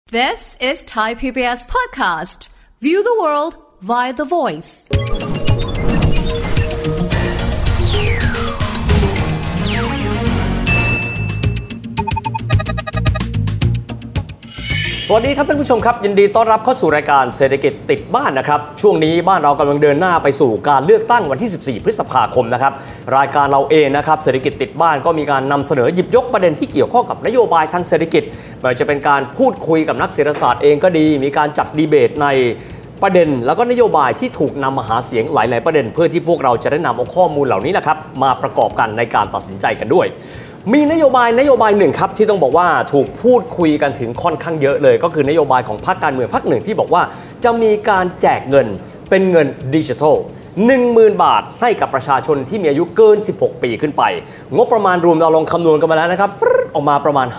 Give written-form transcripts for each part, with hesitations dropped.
This is Thai PBS podcast. View the world via the voice. สวัสดีครับท่านผู้ชมครับยินดีต้อนรับเข้าสู่รายการเศรษฐกิจติดบ้านนะครับช่วงนี้บ้านเรากำลังเดินหน้าไปสู่การเลือกตั้งวันที่14พฤษภาคมนะครับรายการเราเองนะครับเศรษฐกิจติดบ้านก็มีการนำเสนอหยิบยกประเด็นที่เกี่ยวข้องกับนโยบายทางเศรษฐกิจไม่ว่าจะเป็นการพูดคุยกับนักเศรษฐศาสตร์เองก็ดีมีการจัดดีเบตในประเด็นแล้วก็นโยบายที่ถูกนำมาหาเสียงหลายๆประเด็นเพื่อที่พวกเราจะได้นำเอาข้อมูลเหล่านี้นะครับมาประกอบกันในการตัดสินใจกันด้วยมีนโยบายหนึ่งครับที่ต้องบอกว่าถูกพูดคุยกันถึงค่อนข้างเยอะเลยก็คือนโยบายของพรรคการเมืองพรรคหนึ่งที่บอกว่าจะมีการแจกเงินเป็นเงินดิจิทัล 10,000 บาทให้กับประชาชนที่มีอายุเกิน16ปีขึ้นไปงบประมาณรวมเราลองคำนวณกันมาแล้วนะครับออกมาประมาณ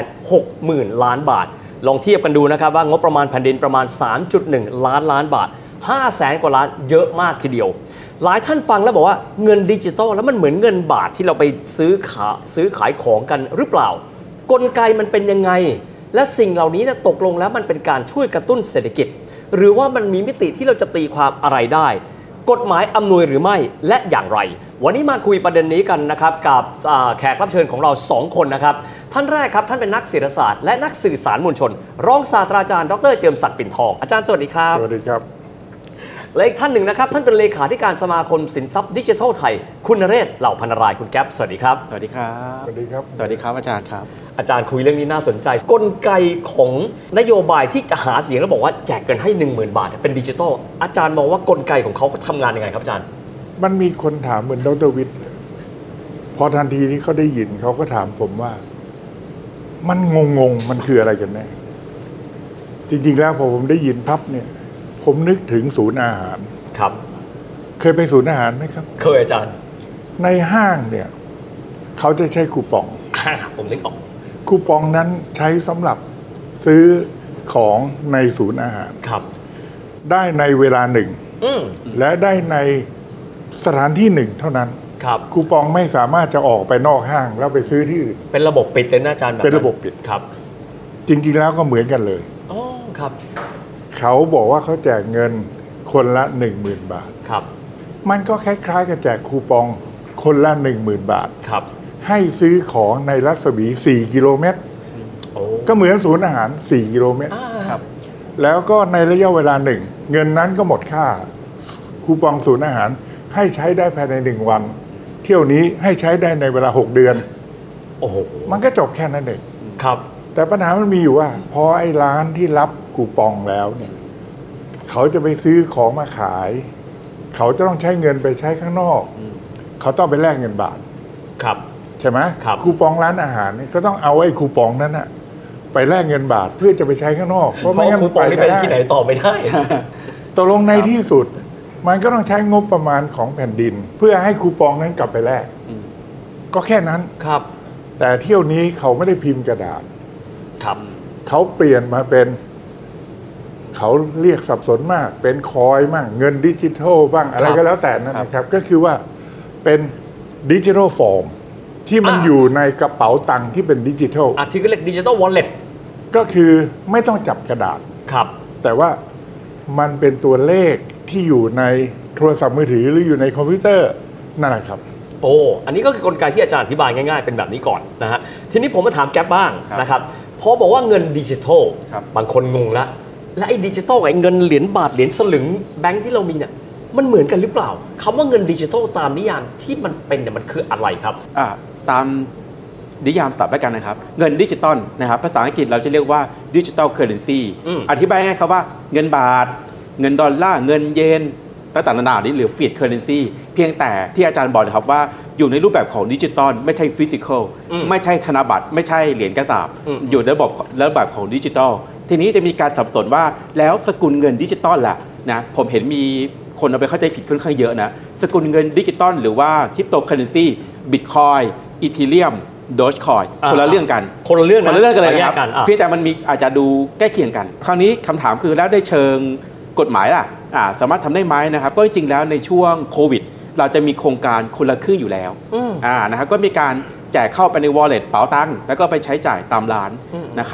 560,000 ล้านบาทลองเทียบกันดูนะครับว่างบประมาณแผ่นดินประมาณ 3.1 ล้านบาท 500,000 กว่าล้านเยอะมากทีเดียวหลายท่านฟังแล้วบอกว่าเงินดิจิตอลแล้วมันเหมือนเงินบาทที่เราไปซื้อขายของกันหรือเปล่ากลไกมันเป็นยังไงและสิ่งเหล่านี้ตกลงแล้วมันเป็นการช่วยกระตุ้นเศรษฐกิจหรือว่ามันมีมิติที่เราจะตีความอะไรได้กฎหมายอำนวยหรือไม่และอย่างไรวันนี้มาคุยประเด็นนี้กันนะครับกับแขกรับเชิญของเรา2คนนะครับท่านแรกครับท่านเป็นนักเศรษฐศาสตร์และนักสื่อสารมวลชนรองศาสตราจารย์ดร.เจิมศักดิ์ปิ่นทองอาจารย์สวัสดีครับสวัสดีครับและอีกท่านหนึ่งนะครับท่านเป็นเลขาธิการสมาคมสินทรัพย์ดิจิทัลไทยคุณนเรศเหล่าพันรายคุณแก๊ปสวัสดีครับสวัสดีครับสวัสดีครับสวัสดีครับอาจารย์ครับอาจารย์คุยเรื่องนี้น่าสนใจกลไกของนโยบายที่จะหาเสียงแล้วบอกว่าแจกเงินให้ 10,000 บาทเป็นดิจิทัลอาจารย์มองว่ากลไกของเขาทำงานยังไงครับอาจารย์มันมีคนถามเหมือนดร.วิทย์พอทันทีที่เขาได้ยินเขาก็ถามผมว่ามันงงมันคืออะไรกันแน่จริงๆแล้วพอผมได้ยินพับเนี่ยผมนึกถึงศูนย์อาหารครับเคยไปศูนย์อาหารไหมครับเคยอาจารย์ในห้างเนี่ยเขาจะใช้คูปองผมนึกออกคูปองนั้นใช้สำหรับซื้อของในศูนย์อาหารครับได้ในเวลาหนึ่งและได้ในสถานที่หนึ่งเท่านั้นครับคูปองไม่สามารถจะออกไปนอกห้างแล้วไปซื้อที่อื่นเป็นระบบปิดเลยนะอาจารย์แบบเป็นระบบปิดครับจริงๆแล้วก็เหมือนกันเลยอ๋อครับเขาบอกว่าเขาแจกเงินคนละ 10,000 บาทครับมันก็คล้ายๆกับแจกคูปองคนละ 10,000 บาทครับให้ซื้อของในรัศมี4กิโลเมตรก็เหมือนศูนย์อาหาร4กิโลเมตรครับแล้วก็ในระยะเวลาหนึ่งเงินนั้นก็หมดค่าคูปองศูนย์อาหารให้ใช้ได้ภายใน1วันเที่ยวนี้ให้ใช้ได้ในเวลา6เดือนโอ้โหมันก็จบแค่นั้นเองครับแต่ปัญหามันมีอยู่ว่าพอไอ้ร้านที่รับคูปองแล้วเนี่ยเขาจะไปซื้อของมาขายเขาจะต้องใช้เงินไปใช้ข้างนอกเขาต้องไปแลกเงินบาทครับใช่ไหมครับคูปองร้านอาหารนี่ก็ต้องเอาไอ้คูปองนั้นอะไปแลกเงินบาทเพื่อจะไปใช้ข้างนอกเพราะไม่งั้นคูปองนี่ไปที่ไหนต่อไม่ได้ตกลงในที่สุดมันก็ต้องใช้งบประมาณของแผ่นดินเพื่อให้คูปองนั้นกลับไปแลกก็แค่นั้นครับแต่เที่ยวนี้เขาไม่ได้พิมพ์กระดาษครับเขาเปลี่ยนมาเป็นเขาเรียกสับสนมากเป็นคอยมั่งเงินดิจิทัลบ้างอะไรก็แล้วแต่นะครับก็คือว่าเป็นดิจิทัลฟอร์มที่มันอยู่ในกระเป๋าตังค์ที่เป็นดิจิทัลที่เรียกดิจิทัลวอลเล็ตก็คือไม่ต้องจับกระดาษครับแต่ว่ามันเป็นตัวเลขที่อยู่ในโทรศัพท์มือถือหรืออยู่ในคอมพิวเตอร์นั่นแหละครับโอ้อันนี้ก็คือกลไกที่อาจารย์อธิบายง่ายๆเป็นแบบนี้ก่อนนะฮะทีนี้ผมมาถามแก๊ปบ้างนะครับพอบอกว่าเงินดิจิทัลบางคนงงละและไอ้ดิจิทัลไอ้เงินเหรียญบาทเหรียญสลึงแบงค์ที่เรามีเนี่ยมันเหมือนกันหรือเปล่าคำว่าเงินดิจิทัลตามนิยามที่มันเป็นเนี่ยมันคืออะไรครับตามนิยามศัพท์แล้วกันนะครับเงินดิจิตอลนะครับภาษาอังกฤษเราจะเรียกว่าดิจิทัลเคอร์เรนซีอธิบายง่ายๆครับว่าเงินบาทเงินดอลลาร์เงินเยนต่างๆนานานี้หรือฟีดเคอร์เรนซีเพียงแต่ที่อาจารย์บอกนะครับว่าอยู่ในรูปแบบของดิจิตอลไม่ใช่ฟิสิกอลไม่ใช่ธนบัตรไม่ใช่เหรียญกระสาบอยู่ในระบบของดิจิตอลทีนี้จะมีการสับสนว่าแล้วสกุลเงินดิจิตอลล่ะนะผมเห็นมีคนเอาไปเข้าใจผิดค่อนข้างเยอะนะสกุลเงินดิจิตอลหรือว่าคริปโตเคอเรนซีบิตคอยน์อีเธเรียมโดจคอยน์คนละเรื่องกันคนละเรื่องกันเลยนะครับเพียงแต่มันมีอาจจะดูใกล้เคียงกันคราวนี้คำถามคือแล้วได้เชิงกฎหมายล่ะสามารถทำได้ไหมนะครับก็จริงๆแล้วในช่วงโควิดเราจะมีโครงการคนละครึ่งอยู่แล้วนะครับก็มีการแจกเข้าไปใน wallet เป๋าตังค์แล้วก็ไปใช้จ่ายตามร้านนะครับ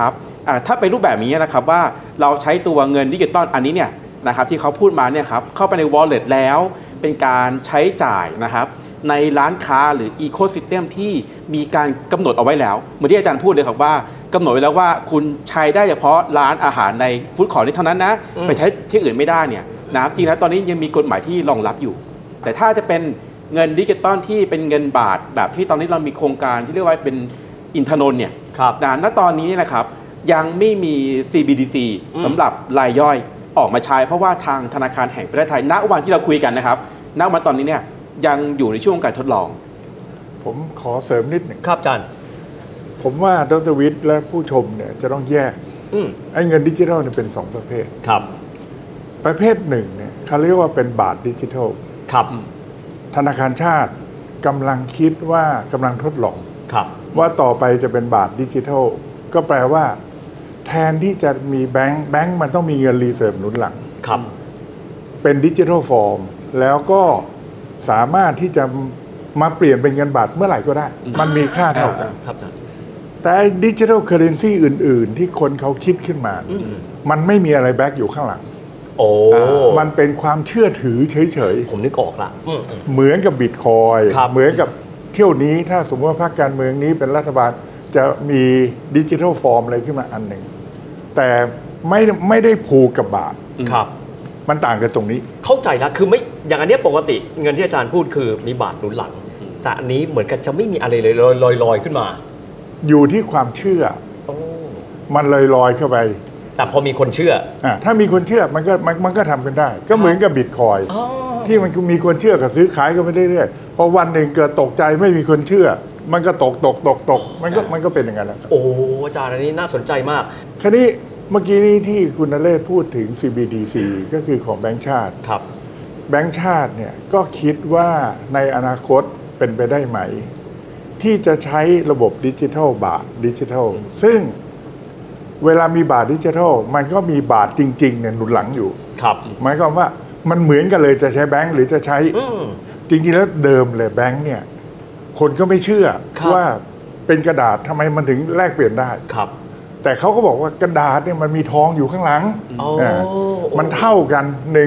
ถ้าเป็นรูปแบบนี้นะครับว่าเราใช้ตัวเงินดิจิตอลอันนี้เนี่ยนะครับที่เขาพูดมาเนี่ยครับเข้าไปใน wallet แล้วเป็นการใช้จ่ายนะครับในร้านค้าหรือ ecosystem ที่มีการกำหนดเอาไว้แล้วเหมือนที่อาจารย์พูดเลยครับว่ากำหนดไว้แล้วว่าคุณใช้ได้เฉพาะร้านอาหารในฟู้ดคอร์ทนี้เท่านั้นนะไปใช้ที่อื่นไม่ได้เนี่ยนะครับจริงแล้วตอนนี้ยังมีกฎหมายที่รองรับอยู่แต่ถ้าจะเป็นเงินดิจิตอลที่เป็นเงินบาทแบบที่ตอนนี้เรามีโครงการที่เรียกว่าเป็นอินทนนท์เนี่ยณตอนนี้นะครับยังไม่มี CBDC สำหรับรายย่อยออกมาใช้เพราะว่าทางธนาคารแห่งประเทศไทยณวันที่เราคุยกันนะครับณวันตอนนี้เนี่ยยังอยู่ในช่วงการทดลองผมขอเสริมนิดหนึ่งครับอาจารย์ผมว่าดร.วิทย์และผู้ชมเนี่ยจะต้องแยกไอ้เงินดิจิทัลเนี่ยเป็น2ประเภทครับประเภทหนึ่งเนี่ยเขาเรียกว่าเป็นบาทดิจิทัลครับธนาคารชาติกำลังคิดว่ากำลังทดลองครับว่าต่อไปจะเป็นบาทดิจิทัลก็แปลว่าแทนที่จะมีแบงก์มันต้องมีเงินรีเซิร์ฟหนุนหลังครับเป็นดิจิทัลฟอร์มแล้วก็สามารถที่จะมาเปลี่ยนเป็นเงินบาทเมื่อไหร่ก็ได้มันมีค่าเท่ากันแต่ดิจิทัลเคอเรนซีอื่นๆที่คนเขาคิดขึ้นมามันไม่มีอะไรแบ็กอยู่ข้างหลังมันเป็นความเชื่อถือเฉยๆผมนึกออกละเหมือนกับบิตคอยน์เหมือนกับเที่ยวนี้ถ้าสมมติว่าพรรคการเมืองนี้เป็นรัฐบาลจะมีดิจิทัลฟอร์มอะไรขึ้นมาอันหนึ่งแต่ไม่ได้ผูกกับบาทครับมันต่างกันตรงนี้เข้าใจแล้วคือไม่อย่างอันนี้ปกติเงินที่อาจารย์พูดคือมีบาทหนุนหลังแต่อันนี้เหมือนกันจะไม่มีอะไรเลยลอยขึ้นมาอยู่ที่ความเชื่อมันลอยเข้าไปแต่พอมีคนเชื่อถ้ามีคนเชื่อมันก็ทำกันได้ก็เหมือนกับบิตคอยน์ที่มันมีคนเชื่อกับซื้อขายกันไปเรื่อยๆพอวันหนึ่งเกิดตกใจไม่มีคนเชื่อมันก็ตกมันก็เป็นอย่างนั้นแหละโอ้อาจารย์อันนี้น่าสนใจมากคราวนี้เมื่อกี้นี้ที่คุณนเรศพูดถึง CBDC ก็คือของแบงก์ชาติครับแบงก์ชาติเนี่ยก็คิดว่าในอนาคตเป็นไปได้ไหมที่จะใช้ระบบดิจิทัลบาทดิจิทัลซึ่งเวลามีบาทดิจิทัลมันก็มีบาทจริงๆเนี่ยหนุนหลังอยู่ครับหมายความว่ามันเหมือนกันเลยจะใช้แบงก์หรือจะใช้จริงๆแล้วเดิมเลยแบงก์เนี่ยคนก็ไม่เชื่อว่าเป็นกระดาษทำไมมันถึงแลกเปลี่ยนได้ครับแต่เขาก็บอกว่ากระดาษเนี่ยมันมีทองอยู่ข้างหลังมันเท่ากัน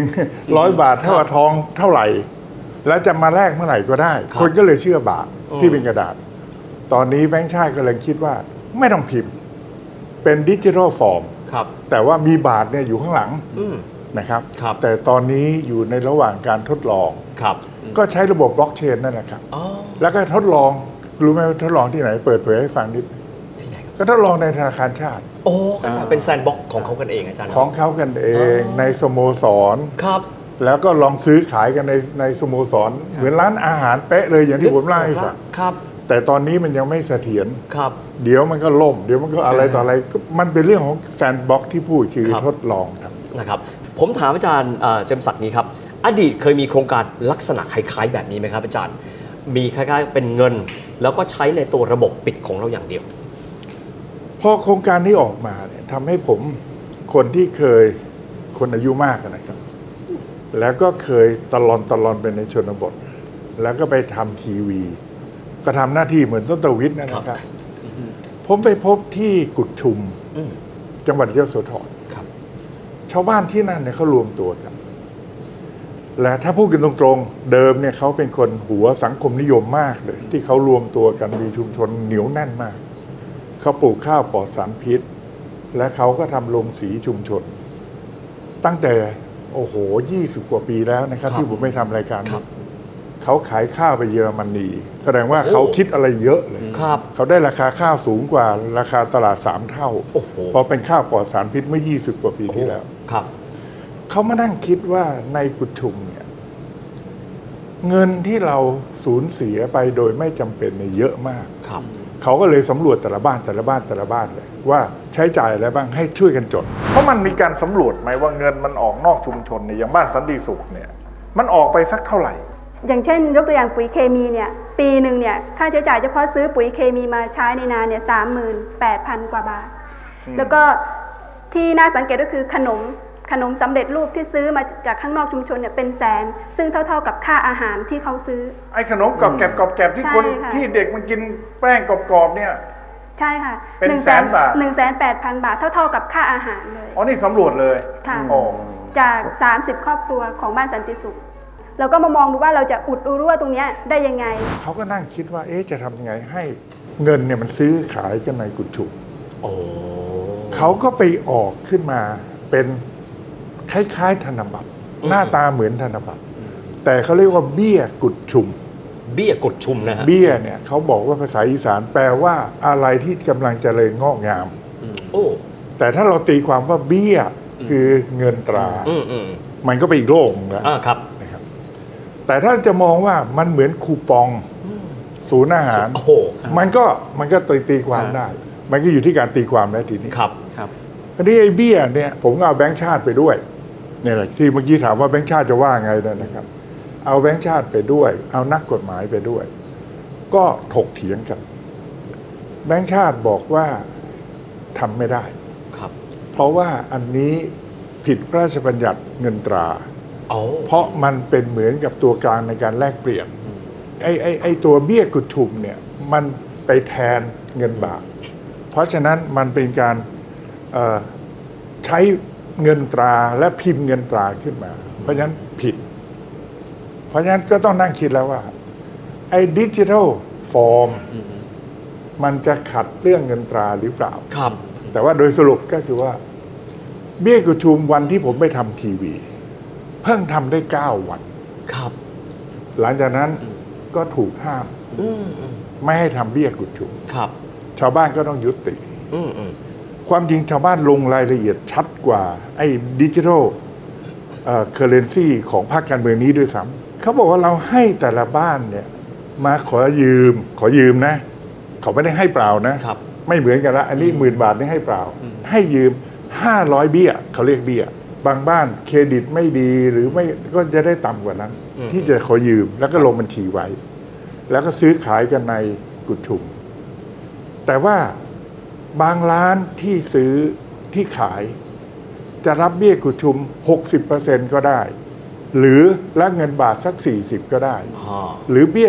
100 บาทเท่ากับทองเท่าไหร่แล้วจะมาแลกเมื่อไหร่ก็ได้คนก็เลยเชื่อบาทที่เป็นกระดาษตอนนี้แบงก์ชาติก็เลยคิดว่าไม่ต้องพิมพ์เป็นดิจิทัลฟอร์มแต่ว่ามีบาทเนี่ยอยู่ข้างหลังนะครับแต่ตอนนี้อยู่ในระหว่างการทดลองก็ใช้ระบบบล็อกเชนนั่นแหละครับแล้วก็ทดลองรู้ไหมทดลองที่ไหนเปิดเผยให้ฟังนิดก็ทดลองในธนาคารชาติเป็นแซนด์บ็อกซ์ของเขากันเองอาจารย์ของเขากันเองในสโมสรครับแล้วก็ลองซื้อขายกันในสโมสรเหมือนร้านอาหารเป๊ะเลยอย่างที่ผมเล่าให้ฟังครับแต่ตอนนี้มันยังไม่เสถียรครับเดี๋ยวมันก็ล่มเดี๋ยวมันก็อะไรต่ออะไรมันเป็นเรื่องของแซนด์บ็อกซ์ที่พูดคือทดลองครับนะครับผมถามอาจารย์เจมส์ศักดิ์นี้ครับอดีตเคยมีโครงการลักษณะคล้ายๆแบบนี้ไหมครับอาจารย์มีคล้ายๆเป็นเงินแล้วก็ใช้ในตัวระบบปิดของเราอย่างเดียวพอโครงการนี้ออกมาเนี่ยทำให้ผมคนที่เคยคนอายุมากนะครับแล้วก็เคยตลอดไปในชนบทแล้วก็ไปทำทีวีก็ทำหน้าที่เหมือนต้นตวิทย์นะครับผมไปพบที่กุดชุมจังหวัดยโสธรชาวบ้านที่นั่นเนี่ยเขารวมตัวกันและถ้าพูดกันตรงๆเดิมเนี่ยเขาเป็นคนหัวสังคมนิยมมากเลยที่เขารวมตัวกันมีชุมชนเหนียวแน่นมากเขาปลูกข้าวปลอดสารพิษและเขาก็ทำโรงสีชุมชนตั้งแต่20 กว่าปีแล้วนะครับที่ผมไม่ทำรายการเขาขายข้าวไปเยอรมนีแสดงว่าเขาคิดอะไรเยอะเลยเขาได้ราคาข้าวสูงกว่าราคาตลาด3 เท่าพอเป็นข้าวปลอดสารพิษเมื่อ20 กว่าปีที่แล้วเขามานั่งคิดว่าในกุดชุมเนี่ยเงินที่เราสูญเสียไปโดยไม่จำเป็นเนี่ยเยอะมากเขาก็เลยสำรวจแต่ละบ้านเลยว่าใช้จ่ายอะไรบ้างให้ช่วยกันจดเพราะมันมีการสำรวจไหมว่าเงินมันออกนอกชุมชนเนี่ยอย่างบ้านสันติสุขเนี่ยมันออกไปสักเท่าไหร่อย่างเช่นยกตัวอย่างปุ๋ยเคมีเนี่ยปีหนึ่งเนี่ยค่าใช้จ่ายเฉพาะซื้อปุ๋ยเคมีมาใช้ในนาเนี่ย 38,000 กว่าบาทแล้วก็ที่น่าสังเกตก็คือขนมสำเร็จรูปที่ซื้อมาจากข้างนอกชุมชนเนี่ยเป็นแสนซึ่งเท่ากับค่าอาหารที่เขาซื้อไอ้ขนมกรอบแกรบที่คนที่เด็กมันกินแป้งกรอบๆเนี่ยใช่ค่ะเป็นแสนบาท 1,800,000 บาทเท่ากับค่าอาหารเลยอ๋อนี่สำรวจเลยค่ะจาก30ครอบครัวของบ้านสันติสุขเราก็มามองดูว่าเราจะอุดรั่วตรงนี้ได้ยังไงเขาก็นั่งคิดว่าจะทำยังไงให้เงินเนี่ยมันซื้อขายกันในกุดชุมเขาก็ไปออกขึ้นมาเป็นคล้ายๆธนบัตรหน้าตาเหมือนธนบัตรแต่เขาเรียกว่าเบี้ยกุดชุมเบี้ยกุดชุมนะฮะเบี้ยเนี่ยเขาบอกว่าภาษาอีสานแปลว่าอะไรที่กำลังเจริญงอกงามแต่ถ้าเราตีความว่าเบี้ยคือเงินตรามันก็ไปอีกโลกแล้วครับนะครับแต่ถ้าจะมองว่ามันเหมือนคูปองศูนย์อาหารมันก็ตีความได้มันก็อยู่ที่การตีความแล้วทีนี้ครับทีนี้ไอ้เบี้ยเนี่ยผมก็เอาแบงค์ชาติไปด้วยเนี่ยแหละที่เมื่อกี้ถามว่าแบงค์ชาติจะว่าไงนะครับเอาแบงค์ชาติไปด้วยเอานักกฎหมายไปด้วยก็ถกเถียงกันแบงค์ชาติบอกว่าทำไม่ได้ครับเพราะว่าอันนี้ผิดพระราชบัญญัติเงินตราเพราะมันเป็นเหมือนกับตัวกลางในการแลกเปลี่ยนไอ้ตัวเบี้ยกุดชุมเนี่ยมันไปแทนเงินบาทเพราะฉะนั้นมันเป็นการใช้เงินตราและพิมพ์เงินตราขึ้นมาเพราะฉะนั้นผิดเพราะฉะนั้นก็ต้องนั่งคิดแล้วว่าไอ้ดิจิทัลฟอร์มมันจะขัดเรื่องเงินตราหรือเปล่าครับแต่ว่าโดยสรุปก็คือว่าเบี้ยกุดชุมวันที่ผมไปทำทีวีเพิ่งทำได้9 วันครับหลังจากนั้นก็ถูกห้ามไม่ให้ทำเบี้ยกุดชุมครับชาวบ้านก็ต้องยุติความจริงชาวบ้านลงรายละเอียดชัดกว่าไอ้ดิจิทัลเคอร์เรนซีของภาคการเมืองนี้ด้วยซ้ำเขาบอกว่าเราให้แต่ละบ้านเนี่ยมาขอยืมนะเขาไม่ได้ให้เปล่านะไม่เหมือนกันละอันนี้10,000 บาทนี่ให้เปล่าให้ยืม500เบี้ยเขาเรียกเบี้ยบางบ้านเครดิตไม่ดีหรือไม่ก็จะได้ต่ำกว่านั้นที่จะขอยืมแล้วก็ลงบัญชีไว้แล้วก็ซื้อขายกันในกุดชุมแต่ว่าบางร้านที่ซื้อที่ขายจะรับเบี้ยกุดชุม 60% ก็ได้หรือและเงินบาทสัก40ก็ได้หรือเบี้ย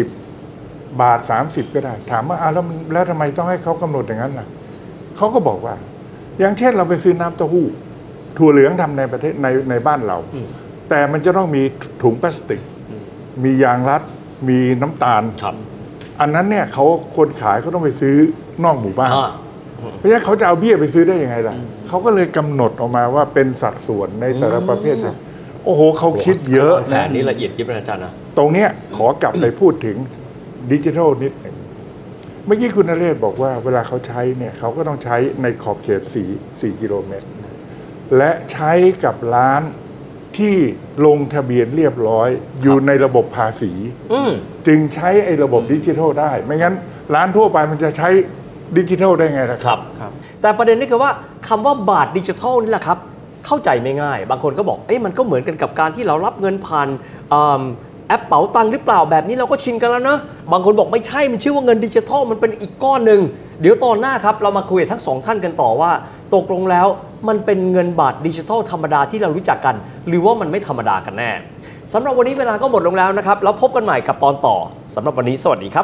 70 บาท30ก็ได้ถามว่าแล้วทำไมต้องให้เขากำหนดอย่างนั้นล่ะเขาก็บอกว่าอย่างเช่นเราไปซื้อน้ำเต้าหู้ถั่วเหลืองทำในประเทศในบ้านเราแต่มันจะต้องมีถุงพลาสติกมียางรัดมีน้ำตาลอันนั้นเนี่ยคนขายเขาต้องไปซื้อนอกหมู่บ้านเพราะฉะนั้นเขาจะเอาเบี้ยไปซื้อได้ยังไงล่ะเขาก็เลยกำหนดออกมาว่าเป็นสัดส่วนในแต่ละประเภทโอ้โหเขาคิดเยอะแผนนี้ละเอียดยิบนะอาจารย์นะตรงเนี้ยขอกลับไปพูดถึงดิจิทัลนิดหนึ่งเมื่อกี้คุณนเรศบอกว่าเวลาเขาใช้เนี่ยเขาก็ต้องใช้ในขอบเขต4 กิโลเมตรและใช้กับร้านที่ลงทะเบียนเรียบร้อยอยู่ในระบบภาษีจึงใช้ไอ้ระบบดิจิทัลได้ไม่งั้นร้านทั่วไปมันจะใช้ดิจิทัลได้ไงล่ะครับแต่ประเด็นนี่คือว่าคำว่าบาทดิจิทัลนี่แหละครับเข้าใจไม่ง่ายบางคนก็บอกมันก็เหมือนกันกับการที่เรารับเงินผ่านแอปเป๋าตังค์หรือเปล่าแบบนี้เราก็ชินกันแล้วนะบางคนบอกไม่ใช่มันชื่อว่าเงินดิจิทัลมันเป็นอีกก้อนหนึ่งเดี๋ยวตอนหน้าครับเรามาคุยกับทั้ง2 ท่านกันต่อว่าตกลงแล้วมันเป็นเงินบาทดิจิทัลธรรมดาที่เรารู้จักกันหรือว่ามันไม่ธรรมดากันแน่สำหรับวันนี้เวลาก็หมดลงแล้วนะครับแล้วพบกันใหม่กับตอนต่อสำหรับวันนี้สวัสดีครับ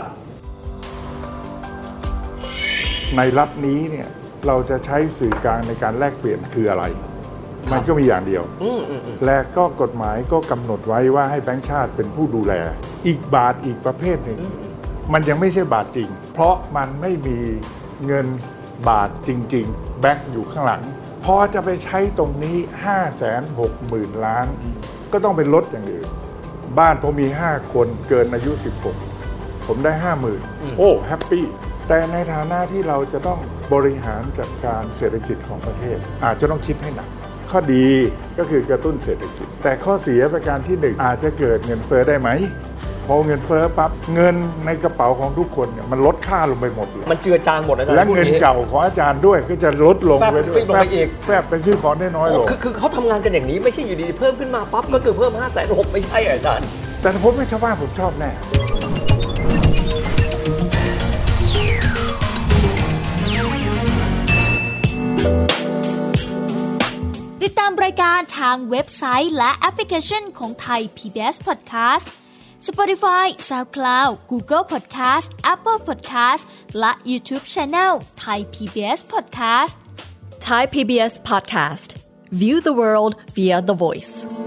ในรัฐนี้เนี่ยเราจะใช้สื่อกลางในการแลกเปลี่ยนคืออะไรมันก็มีอย่างเดียวและก็กฎหมายก็กำหนดไว้ว่าให้แบงก์ชาติเป็นผู้ดูแลอีกบาทอีกประเภทหนึ่งมันยังไม่ใช่บาทจริงเพราะมันไม่มีเงินบาทจริงๆแบ็คอยู่ข้างหลังพอจะไปใช้ตรงนี้ 560,000 ล้านก็ต้องเป็นลดอย่างอื่นบ้านผมมี5 คนเกินอายุ16ผมได้ 50,000 โอ้แฮปปี้แต่ในฐานะที่เราจะต้องบริหารจัดการเศรษฐกิจของประเทศอาจจะต้องคิดให้หนักข้อดีก็คือกระตุ้นเศรษฐกิจแต่ข้อเสียประการที่1อาจจะเกิดเงินเฟ้อได้ไหมพอเงินเฟ้อปั๊บเงินในกระเป๋าของทุกคนเนี่ยมันลดค่าลงไปหมดเลยมันเจือจางหมดอาจารย์และเงินเก่าของอาจารย์ด้วยก็จะลดลงไปด้วยแฟบไปซื้อของได้น้อยลงคือเขาทำงานกันอย่างนี้ไม่ใช่อยู่ดีๆเพิ่มขึ้นมาปั๊บก็คือเพิ่ม 560,000 ไม่ใช่อาจารย์แต่ผมเป็นชาวบ้านผมชอบแน่ติดตามรายการทางเว็บไซต์และแอปพลิเคชันของไทย PBS Podcast Spotify, SoundCloud, Google Podcast, Apple Podcast และ YouTube Channel Thai PBS Podcast Thai PBS Podcast. View the world via the voice.